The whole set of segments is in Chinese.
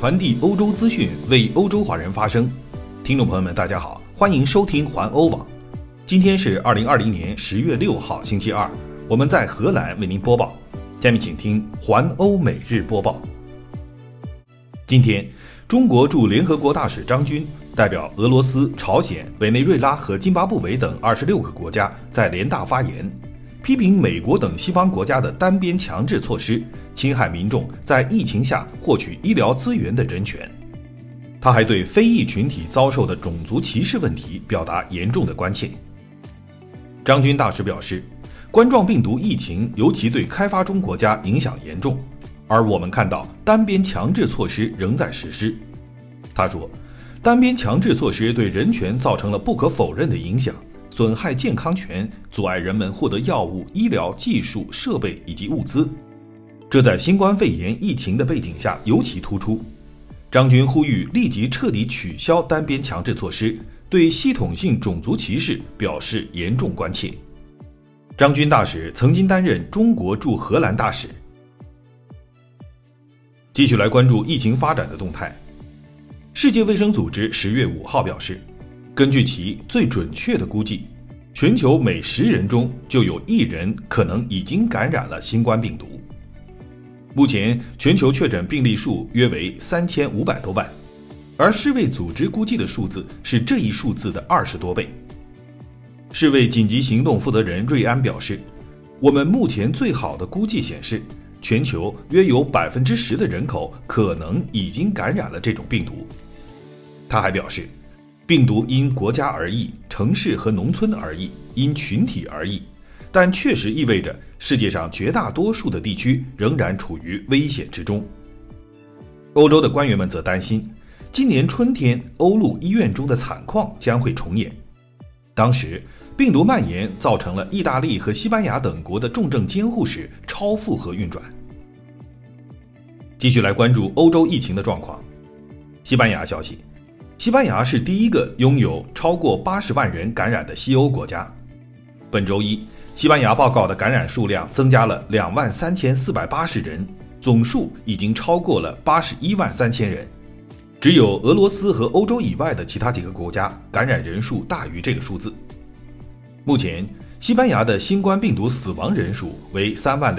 传递欧洲资讯，为欧洲华人发声。听众朋友们，大家好，欢迎收听环欧网。今天是2020年10月6号，星期二，我们在荷兰为您播报。下面请听环欧每日播报。今天，中国驻联合国大使张军代表俄罗斯、朝鲜、委内瑞拉和津巴布韦等26个国家在联大发言，批评美国等西方国家的单边强制措施侵害民众在疫情下获取医疗资源的人权。他还对非裔群体遭受的种族歧视问题表达严重的关切。张军大使表示，冠状病毒疫情尤其对开发中国家影响严重，而我们看到单边强制措施仍在实施。他说，单边强制措施对人权造成了不可否认的影响，损害健康权，阻碍人们获得药物、医疗技术、设备以及物资。这在新冠肺炎疫情的背景下尤其突出。张军呼吁立即彻底取消单边强制措施，对系统性种族歧视表示严重关切。张军大使曾经担任中国驻荷兰大使。继续来关注疫情发展的动态。世界卫生组织10月5号表示，根据其最准确的估计，全球每10人中就有1人可能已经感染了新冠病毒。目前全球确诊病例数约为3500多万，而世卫组织估计的数字是这一数字的20多倍。世卫紧急行动负责人瑞安表示，我们目前最好的估计显示，全球约有10%的人口可能已经感染了这种病毒。他还表示，病毒因国家而异，城市和农村而异，因群体而异，但确实意味着世界上绝大多数的地区仍然处于危险之中。欧洲的官员们则担心，今年春天欧陆医院中的惨况将会重演。当时病毒蔓延造成了意大利和西班牙等国的重症监护室超负荷运转。继续来关注欧洲疫情的状况。西班牙消息，西班牙是第一个拥有超过80万人感染的西欧国家。本周一，西班牙报告的感染数量增加了23480人，总数已经超过了813000人。只有俄罗斯和欧洲以外的其他几个国家感染人数大于这个数字。目前，西班牙的新冠病毒死亡人数为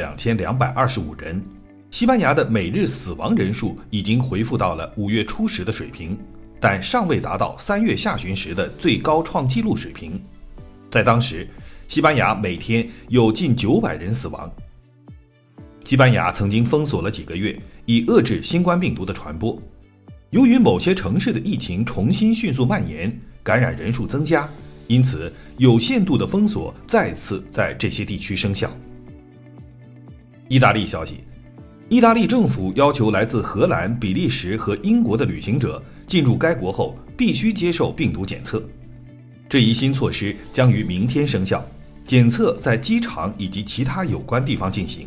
32225人，西班牙的每日死亡人数已经恢复到了5月初时的水平，但尚未达到3月下旬时的最高创纪录水平。在当时，西班牙每天有近900人死亡。西班牙曾经封锁了几个月，以遏制新冠病毒的传播。由于某些城市的疫情重新迅速蔓延，感染人数增加，因此有限度的封锁再次在这些地区生效。意大利消息，意大利政府要求来自荷兰、比利时和英国的旅行者进入该国后必须接受病毒检测。这一新措施将于明天生效，检测在机场以及其他有关地方进行。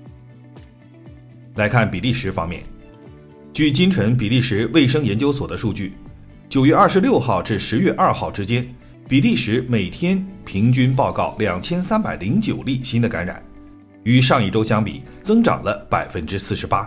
来看比利时方面，据今晨比利时卫生研究所的数据，9月26号至10月2号之间，比利时每天平均报告2309例新的感染，与上一周相比增长了48%。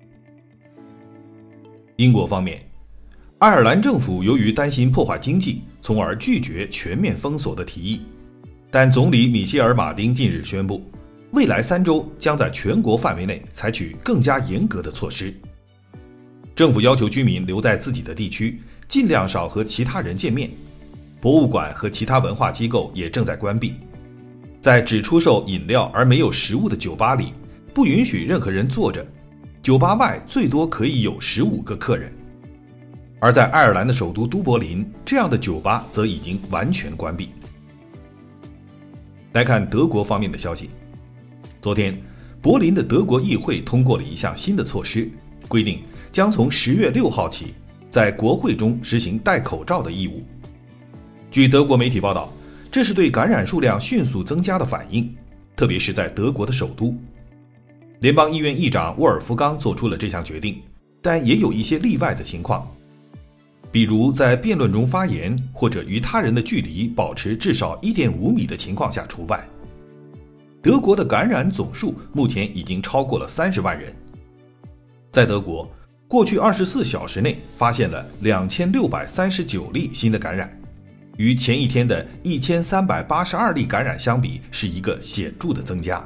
英国方面，爱尔兰政府由于担心破坏经济，从而拒绝全面封锁的提议。但总理米歇尔·马丁近日宣布，未来3周将在全国范围内采取更加严格的措施。政府要求居民留在自己的地区，尽量少和其他人见面。博物馆和其他文化机构也正在关闭。在只出售饮料而没有食物的酒吧里，不允许任何人坐着，酒吧外最多可以有15个客人。而在爱尔兰的首都都柏林，这样的酒吧则已经完全关闭。来看德国方面的消息。昨天，柏林的德国议会通过了一项新的措施，规定将从10月6号起，在国会中实行戴口罩的义务。据德国媒体报道，这是对感染数量迅速增加的反应，特别是在德国的首都。联邦议院议长沃尔夫冈做出了这项决定，但也有一些例外的情况。比如在辩论中发言或者与他人的距离保持至少 1.5 米的情况下除外。德国的感染总数目前已经超过了30万人。在德国， 过去24小时内发现了2639例新的感染，与前一天的1382例感染相比，是一个显著的增加。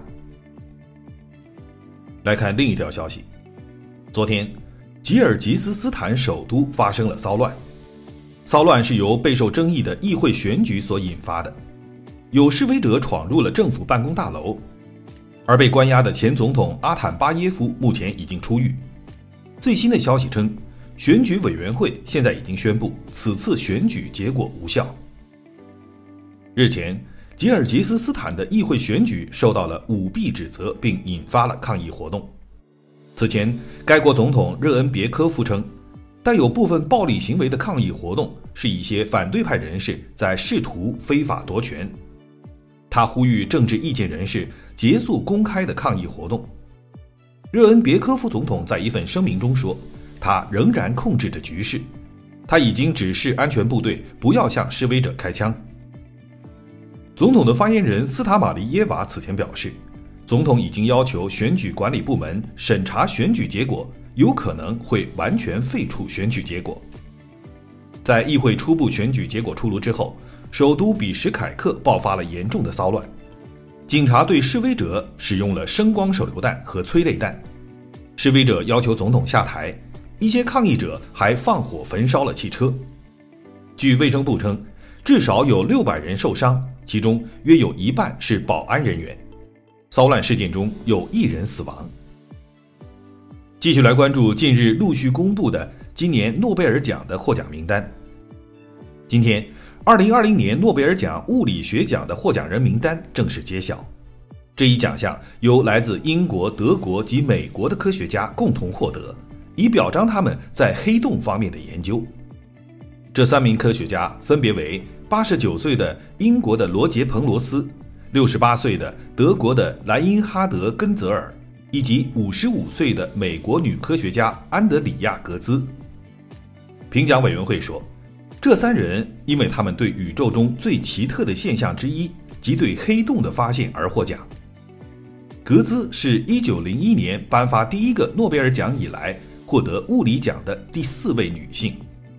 来看另一条消息，昨天，吉尔吉斯斯坦首都发生了骚乱，骚乱是由备受争议的议会选举所引发的，有示威者闯入了政府办公大楼，而被关押的前总统阿坦巴耶夫目前已经出狱。最新的消息称，选举委员会现在已经宣布此次选举结果无效。日前，吉尔吉斯斯坦的议会选举受到了舞弊指责，并引发了抗议活动。此前，该国总统热恩别科夫称，带有部分暴力行为的抗议活动是一些反对派人士在试图非法夺权。他呼吁政治意见人士结束公开的抗议活动。热恩别科夫总统在一份声明中说，他仍然控制着局势，他已经指示安全部队不要向示威者开枪。总统的发言人斯塔马利耶娃此前表示，总统已经要求选举管理部门审查选举结果，有可能会完全废除选举结果。在议会初步选举结果出炉之后，首都比什凯克爆发了严重的骚乱，警察对示威者使用了声光手榴弹和催泪弹，示威者要求总统下台，一些抗议者还放火焚烧了汽车。据卫生部称，至少有600人受伤，其中约有一半是保安人员。骚乱事件中有1人死亡。继续来关注近日陆续公布的今年诺贝尔奖的获奖名单。今天2020年诺贝尔奖物理学奖的获奖人名单正式揭晓。这一奖项由来自英国、德国及美国的科学家共同获得，以表彰他们在黑洞方面的研究。这3名科学家分别为89岁的英国的罗杰·彭罗斯、68岁的德国的莱因哈德·根泽尔，以及55岁的美国女科学家安德里亚·格兹。评奖委员会说，这3人因为他们对宇宙中最奇特的现象之一即对黑洞的发现而获奖。格兹是1901年颁发第1个诺贝尔奖以来获得物理奖的第4位女性。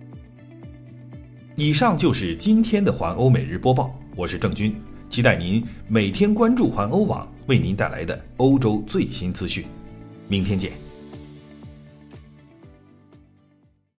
以上就是今天的环欧每日播报，我是郑军，期待您每天关注环欧网为您带来的欧洲最新资讯。明天见。